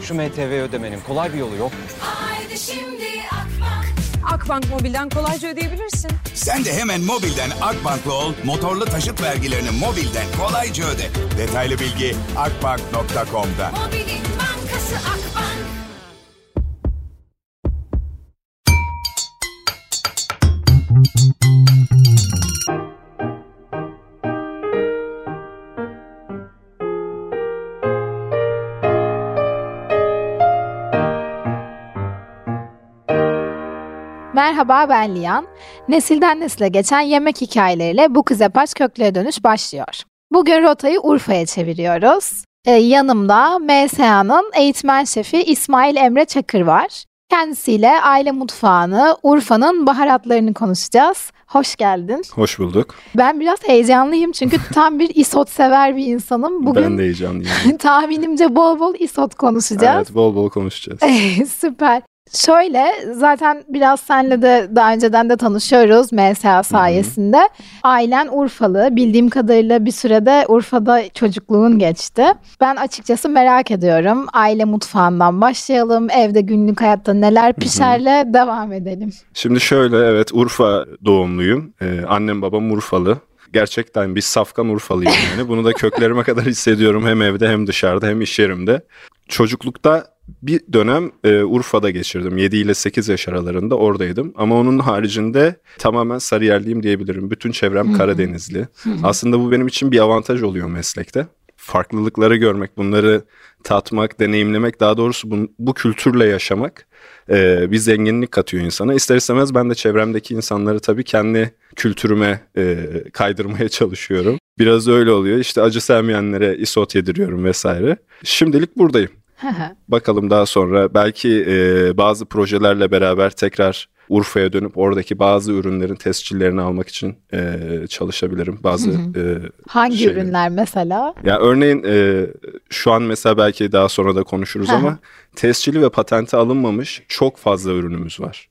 Şu MTV ödemenin kolay bir yolu yok. Haydi şimdi Akbank Mobil'den kolayca ödeyebilirsin. Sen de hemen mobilden Akbank'la ol, motorlu taşıt vergilerini mobilden kolayca öde. Detaylı bilgi akbank.com'da. Mobilin bankası Akbank. Merhaba, ben Liyan. Nesilden nesile geçen yemek hikayeleriyle bu Kızepaç Köklere Dönüş başlıyor. Bugün rotayı Urfa'ya çeviriyoruz. Yanımda MSA'nın eğitmen şefi İsmail Emre Çakır var. Kendisiyle aile mutfağını, Urfa'nın baharatlarını konuşacağız. Hoş geldin. Hoş bulduk. Ben biraz heyecanlıyım çünkü tam bir isot sever bir insanım. Bugün ben de heyecanlıyım. Tahminimce bol bol isot konuşacağız. Evet, bol bol konuşacağız. Süper. Şöyle, zaten biraz seninle de daha önceden de tanışıyoruz MSA sayesinde. Hı-hı. Ailen Urfalı. Bildiğim kadarıyla bir sürede Urfa'da çocukluğun geçti. Ben açıkçası merak ediyorum. Aile mutfağından başlayalım. Evde günlük hayatta neler pişerle devam edelim. Şimdi şöyle, evet, Urfa doğumluyum. Annem babam Urfalı. Gerçekten bir safkan Urfalıyım yani. Bunu da köklerime kadar hissediyorum, hem evde hem dışarıda hem iş yerimde. Çocuklukta bir dönem Urfa'da geçirdim. 7 ile 8 yaş aralarında oradaydım. Ama onun haricinde tamamen Sarıyerliyim diyebilirim. Bütün çevrem Karadenizli. Aslında bu benim için bir avantaj oluyor meslekte. Farklılıkları görmek, bunları tatmak, deneyimlemek, daha doğrusu bu kültürle yaşamak bir zenginlik katıyor insana. İster istemez ben de çevremdeki insanları tabii kendi kültürüme kaydırmaya çalışıyorum. Biraz öyle oluyor. İşte acı sevmeyenlere isot yediriyorum vesaire. Şimdilik buradayım. Bakalım daha sonra belki bazı projelerle beraber tekrar Urfa'ya dönüp oradaki bazı ürünlerin tescillerini almak için çalışabilirim. Hangi ürünler mesela? Ya örneğin şu an mesela belki daha sonra da konuşuruz ama tescilli ve patente alınmamış çok fazla ürünümüz var.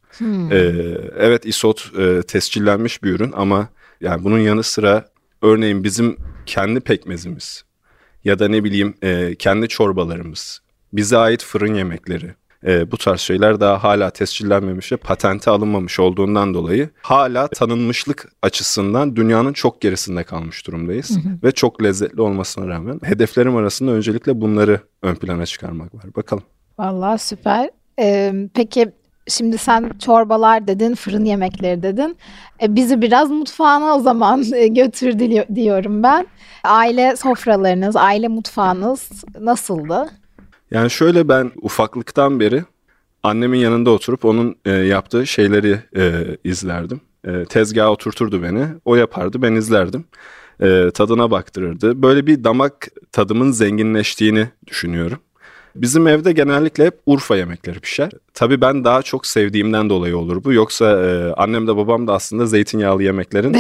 Evet, isot tescillenmiş bir ürün ama yani bunun yanı sıra örneğin bizim kendi pekmezimiz ya da ne bileyim kendi çorbalarımız, bize ait fırın yemekleri, bu tarz şeyler daha hala tescillenmemiş ve patente alınmamış olduğundan dolayı hala tanınmışlık açısından dünyanın çok gerisinde kalmış durumdayız. Ve çok lezzetli olmasına rağmen hedeflerim arasında öncelikle bunları ön plana çıkarmak var. Bakalım. Vallahi süper. Peki şimdi sen çorbalar dedin, fırın yemekleri dedin. Bizi biraz mutfağına o zaman götür diyorum ben. Aile sofralarınız, aile mutfağınız nasıldı? Yani şöyle, ben ufaklıktan beri annemin yanında oturup onun yaptığı şeyleri izlerdim. Tezgaha oturturdu beni, o yapardı, ben izlerdim. Tadına baktırırdı. Böyle bir damak tadımın zenginleştiğini düşünüyorum. Bizim evde genellikle hep Urfa yemekleri pişer. Tabii ben daha çok sevdiğimden dolayı olur bu. Yoksa annem de babam da aslında zeytinyağlı yemeklerin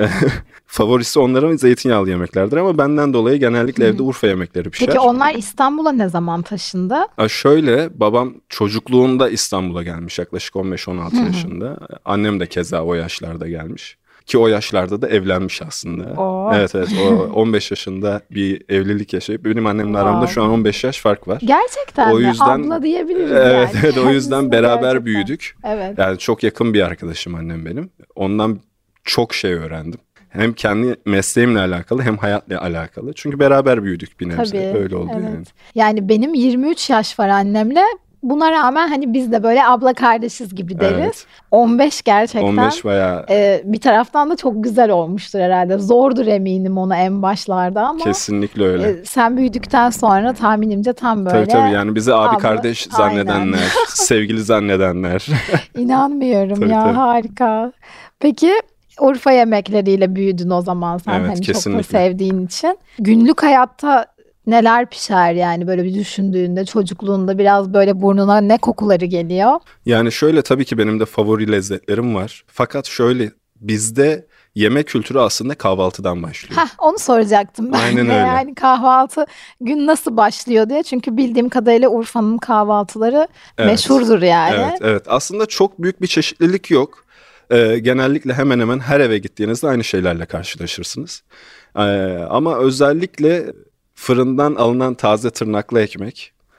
favorisi, onların zeytinyağlı yemeklerdir. Ama benden dolayı genellikle evde Urfa yemekleri pişer. Peki onlar İstanbul'a ne zaman taşındı? Şöyle, babam çocukluğunda İstanbul'a gelmiş, yaklaşık 15-16 yaşında. Annem de keza o yaşlarda gelmiş. Ki o yaşlarda da evlenmiş aslında. Oo. Evet, o 15 yaşında bir evlilik yaşayıp benim annemle aramda şu an 15 yaş fark var. Gerçekten o yüzden, abla diyebiliriz evet, yani. Evet, o yüzden beraber gerçekten büyüdük. Evet. Yani çok yakın bir arkadaşım annem benim. Ondan çok şey öğrendim. Hem kendi mesleğimle alakalı hem hayatla alakalı. Çünkü beraber büyüdük bir nebze. Tabii, öyle oldu yani. Yani benim 23 yaş var annemle. Buna rağmen hani biz de böyle abla kardeşiz gibi deriz. Evet. 15 gerçekten. 15 bayağı. Bir taraftan da çok güzel olmuştur herhalde. Zordur eminim onu en başlarda ama. Kesinlikle öyle. Sen büyüdükten sonra tahminimce tam böyle. Tabii yani bizi abi kardeş zannedenler, sevgili zannedenler. İnanmıyorum tabii, ya, tabii. Harika. Peki Urfa yemekleriyle büyüdün o zaman sen, evet, hani kesinlikle. Çok da sevdiğin için. Günlük hayatta neler pişer yani, böyle bir düşündüğünde çocukluğunda biraz böyle burnuna ne kokuları geliyor? Yani şöyle, tabii ki benim de favori lezzetlerim var. Fakat şöyle, bizde yemek kültürü aslında kahvaltıdan başlıyor. Onu soracaktım ben. Aynen de. öyle. Yani kahvaltı gün nasıl başlıyor diye. Çünkü bildiğim kadarıyla Urfa'nın kahvaltıları meşhurdur yani. Evet. Aslında çok büyük bir çeşitlilik yok. Genellikle hemen hemen her eve gittiğinizde aynı şeylerle karşılaşırsınız. Ama özellikle fırından alınan taze tırnaklı ekmek,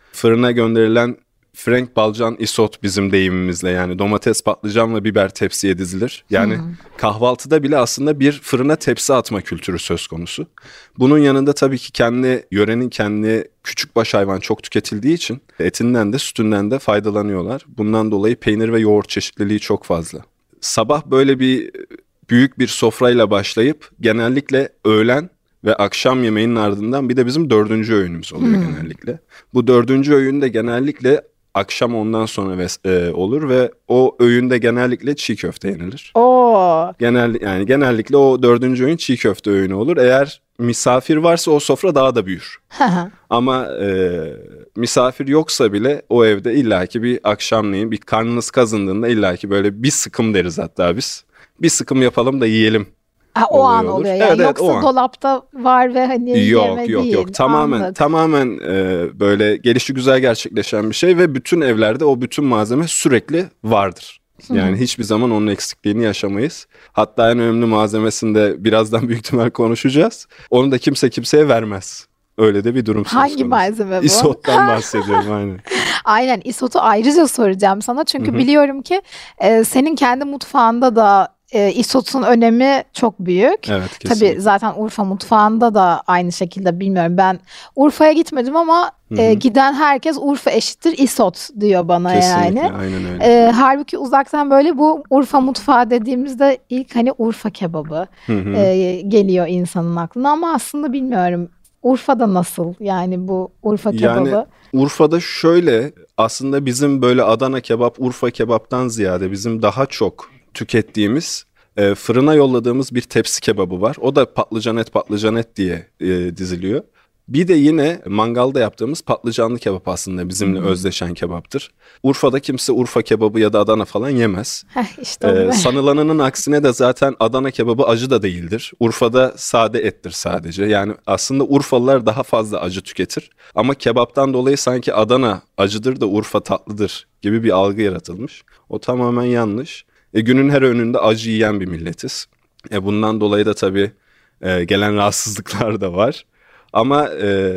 Fırına gönderilen Frank Balcan isot bizim deyimimizle, yani domates, patlıcan ve biber tepsiye dizilir. Yani kahvaltıda bile aslında bir fırına tepsi atma kültürü söz konusu. Bunun yanında tabii ki kendi yörenin kendi küçükbaş hayvan çok tüketildiği için etinden de sütünden de faydalanıyorlar. Bundan dolayı peynir ve yoğurt çeşitliliği çok fazla. Sabah böyle bir büyük bir sofrayla başlayıp genellikle öğlen ve akşam yemeğinin ardından bir de bizim 4. öğünümüz oluyor genellikle. Bu 4. öğün de genellikle akşam ondan sonra olur ve o öğünde genellikle çiğ köfte yenilir. Oo. Genellikle o 4. öğün çiğ köfte öğünü olur. Eğer misafir varsa o sofra daha da büyür. Ama misafir yoksa bile o evde illaki bir akşamleyin bir karnınız kazındığında illaki böyle bir sıkım deriz hatta biz. Bir sıkım yapalım da yiyelim. O an olur. oluyor yani. Evet, Yoksa o an. dolapta var ve hani yeme değil. Yok. Tamamen böyle gelişigüzel gerçekleşen bir şey ve bütün evlerde o bütün malzeme sürekli vardır. Yani hiçbir zaman onun eksikliğini yaşamayız. Hatta en önemli malzemesini de birazdan büyük ihtimal konuşacağız. Onu da kimse kimseye vermez. Öyle de bir durum söz konusu. Hangi malzeme bu? İsottan bahsediyorum aynen. Aynen, isotu ayrıca soracağım sana. Çünkü biliyorum ki senin kendi mutfağında da isotun önemi çok büyük. Evet, kesinlikle. Tabii zaten Urfa mutfağında da aynı şekilde, bilmiyorum. Ben Urfa'ya gitmedim ama giden herkes Urfa eşittir isot diyor bana. Kesinlikle, yani. aynen öyle. Halbuki uzaktan böyle bu Urfa mutfağı dediğimizde ilk hani Urfa kebabı geliyor insanın aklına ama aslında bilmiyorum. Urfa'da nasıl yani bu Urfa kebabı? Yani Urfa'da şöyle, aslında bizim böyle Adana kebap, Urfa kebaptan ziyade bizim daha çok tükettiğimiz fırına yolladığımız bir tepsi kebabı var. O da patlıcan et diye diziliyor. Bir de yine mangalda yaptığımız patlıcanlı kebap aslında bizimle özdeşen kebaptır. Urfa'da kimse Urfa kebabı ya da Adana falan yemez. İşte Sanılanının aksine de zaten Adana kebabı acı da değildir. Urfa'da sade ettir sadece. Yani aslında Urfalılar daha fazla acı tüketir. Ama kebaptan dolayı sanki Adana acıdır da Urfa tatlıdır gibi bir algı yaratılmış. O tamamen yanlış. Günün her öğününde acı yiyen bir milletiz. Bundan dolayı da tabii gelen rahatsızlıklar da var. Ama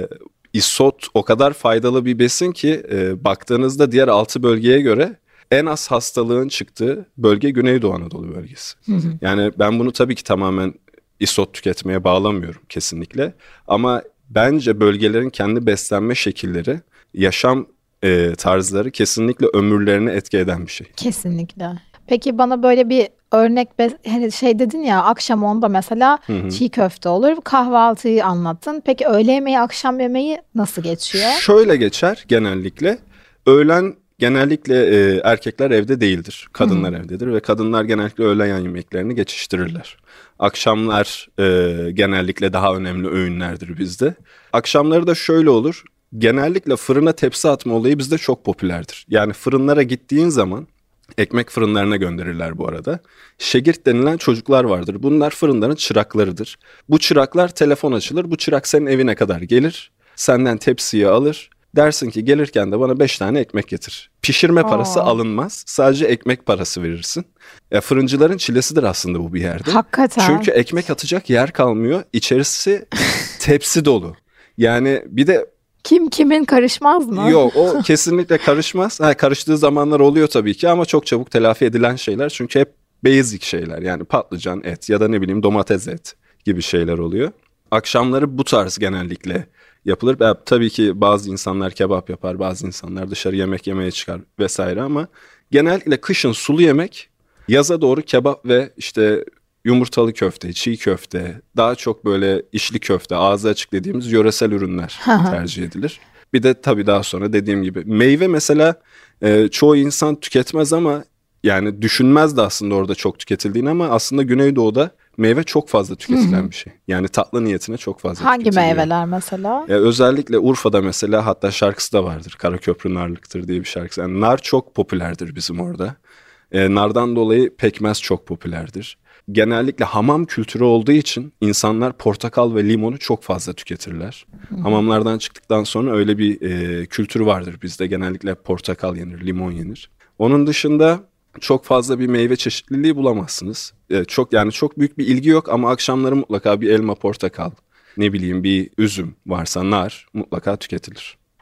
isot o kadar faydalı bir besin ki baktığınızda diğer 6 bölgeye göre en az hastalığın çıktığı bölge Güneydoğu Anadolu bölgesi. Yani ben bunu tabii ki tamamen isot tüketmeye bağlamıyorum kesinlikle. Ama bence bölgelerin kendi beslenme şekilleri, yaşam tarzları kesinlikle ömürlerini etki eden bir şey. Kesinlikle. Peki bana böyle bir örnek, hani şey dedin ya, akşam 10'da mesela çiğ köfte olur. Kahvaltıyı anlattın. Peki öğle yemeği, akşam yemeği nasıl geçiyor? Şöyle geçer genellikle. Öğlen genellikle erkekler evde değildir. Kadınlar evdedir ve kadınlar genellikle öğlen yemeklerini geçiştirirler. Akşamlar genellikle daha önemli öğünlerdir bizde. Akşamları da şöyle olur. Genellikle fırına tepsi atma olayı bizde çok popülerdir. Yani fırınlara gittiğin zaman, ekmek fırınlarına gönderirler bu arada. Şegirt denilen çocuklar vardır. Bunlar fırınların çıraklarıdır. Bu çıraklar telefon açılır. Bu çırak senin evine kadar gelir. Senden tepsiyi alır. Dersin ki gelirken de bana 5 tane ekmek getir. Pişirme parası alınmaz. Sadece ekmek parası verirsin. Fırıncıların çilesidir aslında bu bir yerde. Hakikaten. Çünkü ekmek atacak yer kalmıyor. İçerisi tepsi dolu. Yani bir de kim kimin karışmaz mı? Yok, o kesinlikle karışmaz. Karıştığı zamanlar oluyor tabii ki ama çok çabuk telafi edilen şeyler. Çünkü hep basic şeyler, yani patlıcan et ya da ne bileyim domates et gibi şeyler oluyor. Akşamları bu tarz genellikle yapılır. Tabii ki bazı insanlar kebap yapar, bazı insanlar dışarı yemek yemeye çıkar vesaire ama genellikle kışın sulu yemek, yaza doğru kebap ve işte yumurtalı köfte, çiğ köfte, daha çok böyle içli köfte, ağzı açık dediğimiz yöresel ürünler tercih edilir. Bir de tabii daha sonra dediğim gibi meyve mesela çoğu insan tüketmez ama yani düşünmez de aslında orada çok tüketildiğini, ama aslında Güneydoğu'da meyve çok fazla tüketilen bir şey. Yani tatlı niyetine çok fazla Hangi tüketiliyor. meyveler mesela? Özellikle Urfa'da mesela, hatta şarkısı da vardır. Karaköprü narlıktır diye bir şarkısı. Yani nar çok popülerdir bizim orada. Nardan dolayı pekmez çok popülerdir. Genellikle hamam kültürü olduğu için insanlar portakal ve limonu çok fazla tüketirler. Hamamlardan çıktıktan sonra öyle bir kültür vardır bizde. Genellikle portakal yenir, limon yenir. Onun dışında çok fazla bir meyve çeşitliliği bulamazsınız. Çok büyük bir ilgi yok ama akşamları mutlaka bir elma, portakal, ne bileyim bir üzüm varsa nar mutlaka tüketilir.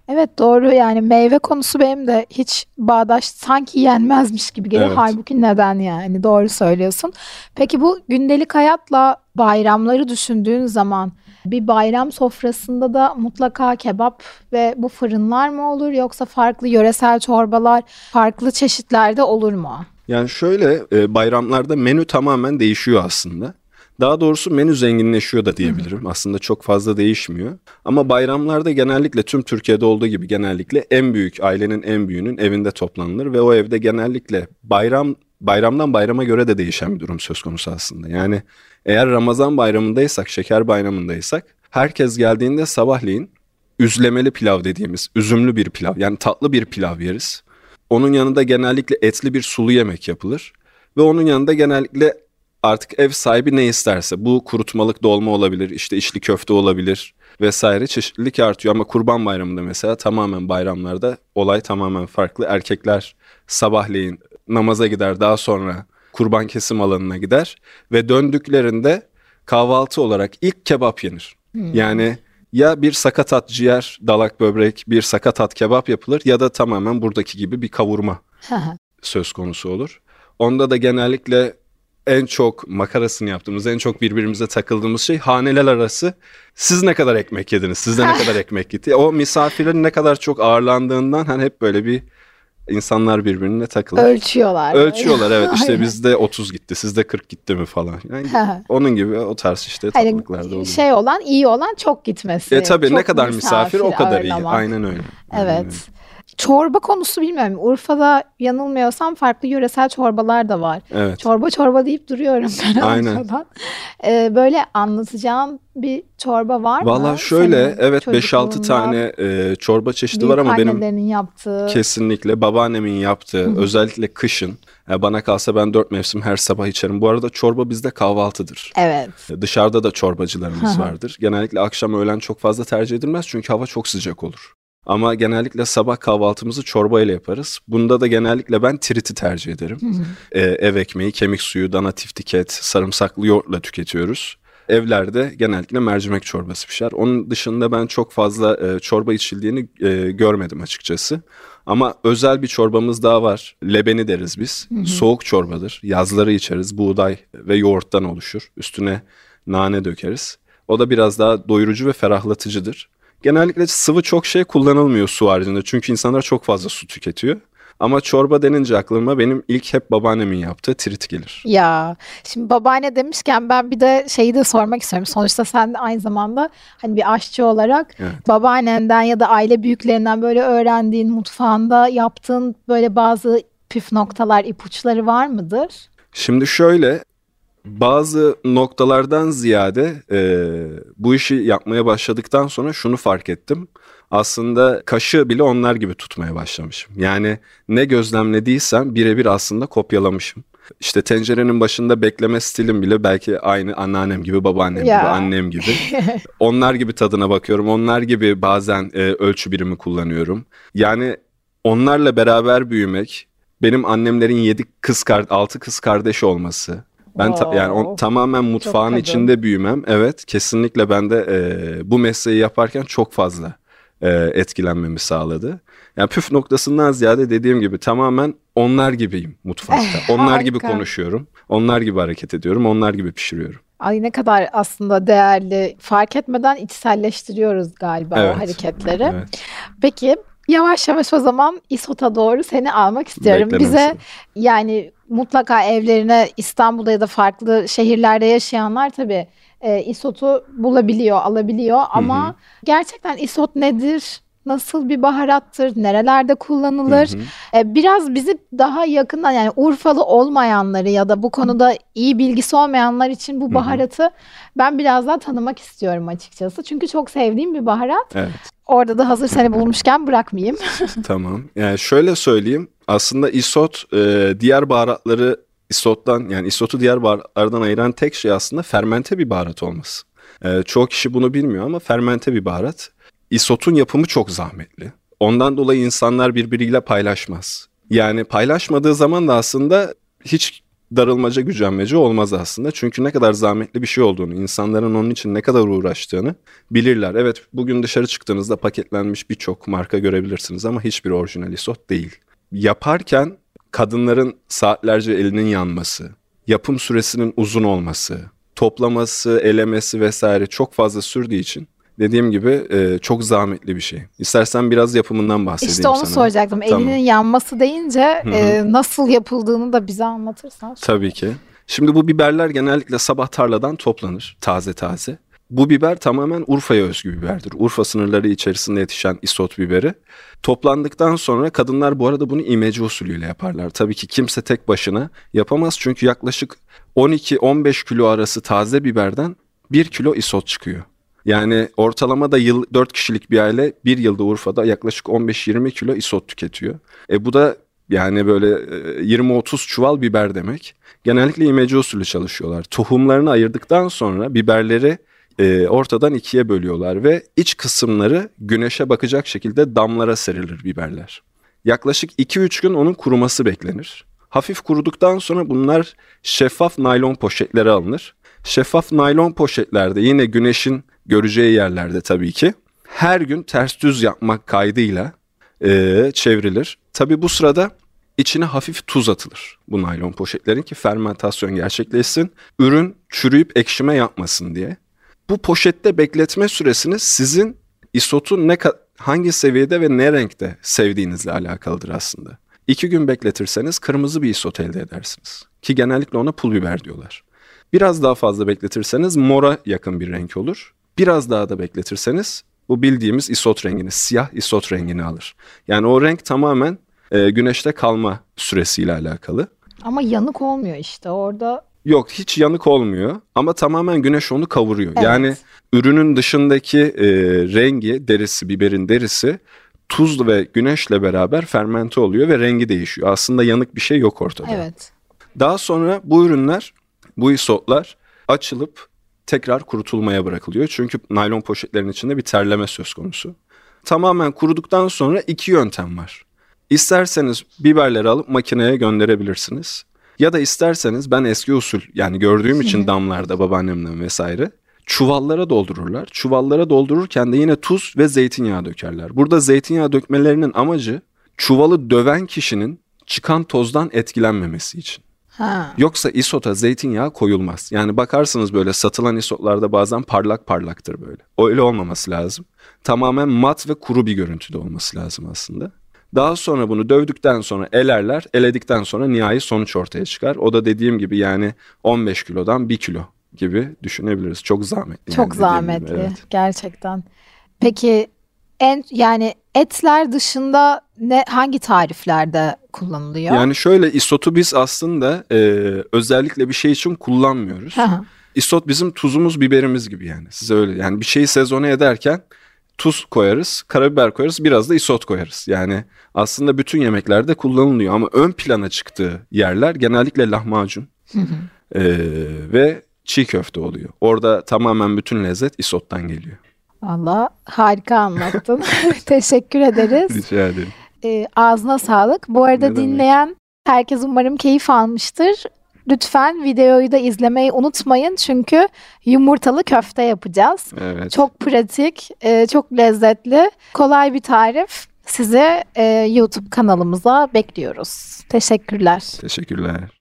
Evet doğru, yani meyve konusu benim de hiç bağdaş, sanki yenmezmiş gibi geliyor. Evet. Halbuki neden, yani doğru söylüyorsun. Peki bu gündelik hayatla bayramları düşündüğün zaman bir bayram sofrasında da mutlaka kebap ve bu fırınlar mı olur, yoksa farklı yöresel çorbalar farklı çeşitlerde olur mu? Yani şöyle bayramlarda menü tamamen değişiyor aslında. Daha doğrusu menü zenginleşiyor da diyebilirim. Aslında çok fazla değişmiyor. Ama bayramlarda genellikle tüm Türkiye'de olduğu gibi genellikle en büyük, ailenin en büyüğünün evinde toplanılır. Ve o evde genellikle bayramdan bayrama göre de değişen bir durum söz konusu aslında. Yani eğer Ramazan bayramındaysak, şeker bayramındaysak herkes geldiğinde sabahleyin üzlemeli pilav dediğimiz üzümlü bir pilav, yani tatlı bir pilav yeriz. Onun yanında genellikle etli bir sulu yemek yapılır. Ve onun yanında genellikle artık ev sahibi ne isterse, bu kurutmalık dolma olabilir, işte içli köfte olabilir vesaire, çeşitlilik artıyor. Ama Kurban Bayramı'nda mesela tamamen, bayramlarda olay tamamen farklı. Erkekler sabahleyin namaza gider, daha sonra kurban kesim alanına gider ve döndüklerinde kahvaltı olarak ilk kebap yenir. Yani ya bir sakatat, ciğer, dalak, böbrek, bir sakatat kebap yapılır ya da tamamen buradaki gibi bir kavurma söz konusu olur. Onda da genellikle en çok makarasını yaptığımız, en çok birbirimize takıldığımız şey haneler arası. Siz ne kadar ekmek yediniz? Sizde ne kadar ekmek gitti? O misafirlerin ne kadar çok ağırlandığından hani hep böyle bir insanlar birbirine takılır. Ölçüyorlar. Ölçüyorlar, evet. İşte Aynen. bizde 30 gitti, sizde 40 gitti mi falan. Yani onun gibi o tarz işte Hani tatlıklarda oluyor. şey olan, iyi olan çok gitmesi. Tabii çok ne kadar misafir o kadar iyi. ağırlamak. Aynen öyle. Aynen öyle. Evet. Çorba konusu bilmiyorum. Urfa'da yanılmıyorsam farklı yöresel çorbalar da var. Evet. Çorba deyip duruyorum ben Aynen. arkadan. Böyle anlatacağın bir çorba var mı? Valla şöyle, Senin evet 5-6 çocukluğundan tane çorba çeşidi var ama benim büyükannelerin yaptığı. kesinlikle babaannemin yaptığı, özellikle kışın bana kalsa ben 4 mevsim her sabah içerim. Bu arada çorba bizde kahvaltıdır. Evet. Dışarıda da çorbacılarımız vardır. Genellikle akşam öğlen çok fazla tercih edilmez çünkü hava çok sıcak olur. Ama genellikle sabah kahvaltımızı çorbayla yaparız. Bunda da genellikle ben tiriti tercih ederim. Ev ekmeği, kemik suyu, dana tiftik et, sarımsaklı yoğurtla tüketiyoruz. Evlerde genellikle mercimek çorbası pişer. Onun dışında ben çok fazla çorba içildiğini görmedim açıkçası. Ama özel bir çorbamız daha var. Lebeni deriz biz. Soğuk çorbadır. Yazları içeriz. Buğday ve yoğurttan oluşur. Üstüne nane dökeriz. O da biraz daha doyurucu ve ferahlatıcıdır. Genellikle sıvı çok şey kullanılmıyor su haricinde. Çünkü insanlar çok fazla su tüketiyor. Ama çorba denince aklıma benim ilk hep babaannemin yaptığı tirit gelir. Ya şimdi babaanne demişken ben bir de şeyi de sormak istiyorum. Sonuçta sen de aynı zamanda hani bir aşçı olarak babaannenden ya da aile büyüklerinden böyle öğrendiğin, mutfağında yaptığın böyle bazı püf noktalar, ipuçları var mıdır? Şimdi şöyle, bazı noktalardan ziyade bu işi yapmaya başladıktan sonra şunu fark ettim. Aslında kaşığı bile onlar gibi tutmaya başlamışım. Yani ne gözlemlediysem birebir aslında kopyalamışım. İşte tencerenin başında bekleme stilim bile belki aynı anneannem gibi, babaannem gibi, annem gibi. Onlar gibi tadına bakıyorum. Onlar gibi bazen ölçü birimi kullanıyorum. Yani onlarla beraber büyümek, benim annemlerin 6 kız kardeş olması. Ben tamamen mutfağın içinde büyümem. Evet, kesinlikle ben de bu mesleği yaparken çok fazla etkilenmemi sağladı. Yani püf noktasından ziyade dediğim gibi tamamen onlar gibiyim mutfakta. Onlar gibi konuşuyorum. Onlar gibi hareket ediyorum. Onlar gibi pişiriyorum. Ay ne kadar aslında değerli. Fark etmeden içselleştiriyoruz galiba o hareketleri. Evet. Peki yavaş yavaş o zaman İSOT'a doğru seni almak istiyorum. Beklemezsin. Bize yani mutlaka evlerine İstanbul'da ya da farklı şehirlerde yaşayanlar tabii İSOT'u bulabiliyor, alabiliyor ama gerçekten İSOT nedir? Nasıl bir baharattır? Nerelerde kullanılır? Biraz bizi daha yakından, yani Urfalı olmayanları ya da bu konuda iyi bilgisi olmayanlar için bu baharatı ben biraz daha tanımak istiyorum açıkçası. Çünkü çok sevdiğim bir baharat. Evet. Orada da hazır seni bulmuşken bırakmayayım. Tamam. Yani şöyle söyleyeyim. Aslında isot diğer baharatları isottan, yani isotu diğer baharatlardan ayıran tek şey aslında fermente bir baharat olması. Çoğu kişi bunu bilmiyor ama fermente bir baharat. İsotun yapımı çok zahmetli. Ondan dolayı insanlar birbiriyle paylaşmaz. Yani paylaşmadığı zaman da aslında hiç darılmaca gücenmece olmaz aslında. Çünkü ne kadar zahmetli bir şey olduğunu, insanların onun için ne kadar uğraştığını bilirler. Evet, bugün dışarı çıktığınızda paketlenmiş birçok marka görebilirsiniz ama hiçbir orijinal isot değil. Yaparken kadınların saatlerce elinin yanması, yapım süresinin uzun olması, toplaması, elemesi vesaire çok fazla sürdüğü için dediğim gibi çok zahmetli bir şey. İstersen biraz yapımından bahsedeyim İşte onu sana. soracaktım. Tamam. Elinin yanması deyince nasıl yapıldığını da bize anlatırsan. Tabii ki. Şimdi bu biberler genellikle sabah tarladan toplanır taze taze. Bu biber tamamen Urfa'ya özgü biberdir. Urfa sınırları içerisinde yetişen isot biberi. Toplandıktan sonra kadınlar bu arada bunu imece usulüyle yaparlar. Tabii ki kimse tek başına yapamaz çünkü yaklaşık 12-15 kilo arası taze biberden 1 kilo isot çıkıyor. Yani ortalamada 4 kişilik bir aile bir yılda Urfa'da yaklaşık 15-20 kilo isot tüketiyor. Bu da yani böyle 20-30 çuval biber demek. Genellikle imece usulü çalışıyorlar. Tohumlarını ayırdıktan sonra biberleri ortadan ikiye bölüyorlar ve iç kısımları güneşe bakacak şekilde damlara serilir biberler. Yaklaşık 2-3 gün onun kuruması beklenir. Hafif kuruduktan sonra bunlar şeffaf naylon poşetlere alınır. Şeffaf naylon poşetlerde yine güneşin göreceği yerlerde tabii ki her gün ters düz yapmak kaydıyla çevrilir. Tabii bu sırada içine hafif tuz atılır bu naylon poşetlerin ki fermentasyon gerçekleşsin. Ürün çürüyüp ekşime yapmasın diye. Bu poşette bekletme süresiniz sizin isotu hangi seviyede ve ne renkte sevdiğinizle alakalıdır aslında. 2 gün bekletirseniz kırmızı bir isot elde edersiniz. Ki genellikle ona pul biber diyorlar. Biraz daha fazla bekletirseniz mora yakın bir renk olur. Biraz daha da bekletirseniz bu bildiğimiz isot rengini, siyah isot rengini alır. Yani o renk tamamen güneşte kalma süresiyle alakalı. Ama yanık olmuyor işte orada. Yok, hiç yanık olmuyor ama tamamen güneş onu kavuruyor. Evet. Yani ürünün dışındaki rengi, derisi, biberin derisi tuz ve güneşle beraber fermente oluyor ve rengi değişiyor. Aslında yanık bir şey yok ortada. Evet. Daha sonra bu ürünler, bu isotlar açılıp tekrar kurutulmaya bırakılıyor. Çünkü naylon poşetlerin içinde bir terleme söz konusu. Tamamen kuruduktan sonra 2 yöntem var. İsterseniz biberleri alıp makineye gönderebilirsiniz. Ya da isterseniz ben eski usul yani gördüğüm için damlarda babaannemden vesaire çuvallara doldururlar. Çuvallara doldururken de yine tuz ve zeytinyağı dökerler. Burada zeytinyağı dökmelerinin amacı çuvalı döven kişinin çıkan tozdan etkilenmemesi için. Ha. Yoksa isota zeytinyağı koyulmaz. Yani bakarsınız böyle satılan isotlarda bazen parlak parlaktır böyle. Öyle olmaması lazım. Tamamen mat ve kuru bir görüntüde olması lazım aslında. Daha sonra bunu dövdükten sonra elerler. Eledikten sonra nihai sonuç ortaya çıkar. O da dediğim gibi yani 15 kilodan 1 kilo gibi düşünebiliriz. Çok zahmetli. Çok yani zahmetli gibi, evet. gerçekten. Peki yani etler dışında hangi tariflerde kullanılıyor? Yani şöyle isotu biz aslında özellikle bir şey için kullanmıyoruz. İsot bizim tuzumuz, biberimiz gibi yani. Size öyle yani bir şeyi sezone ederken tuz koyarız, karabiber koyarız, biraz da isot koyarız. Yani aslında bütün yemeklerde kullanılıyor ama ön plana çıktığı yerler genellikle lahmacun ve çiğ köfte oluyor. Orada tamamen bütün lezzet isottan geliyor. Vallahi harika anlattın. Teşekkür ederiz. Rica ederim. Ağzına sağlık. Bu arada Ne demek? dinleyen herkes umarım keyif almıştır. Lütfen videoyu da izlemeyi unutmayın çünkü yumurtalı köfte yapacağız. Evet. Çok pratik, çok lezzetli, kolay bir tarif. Sizi YouTube kanalımıza bekliyoruz. Teşekkürler. Teşekkürler.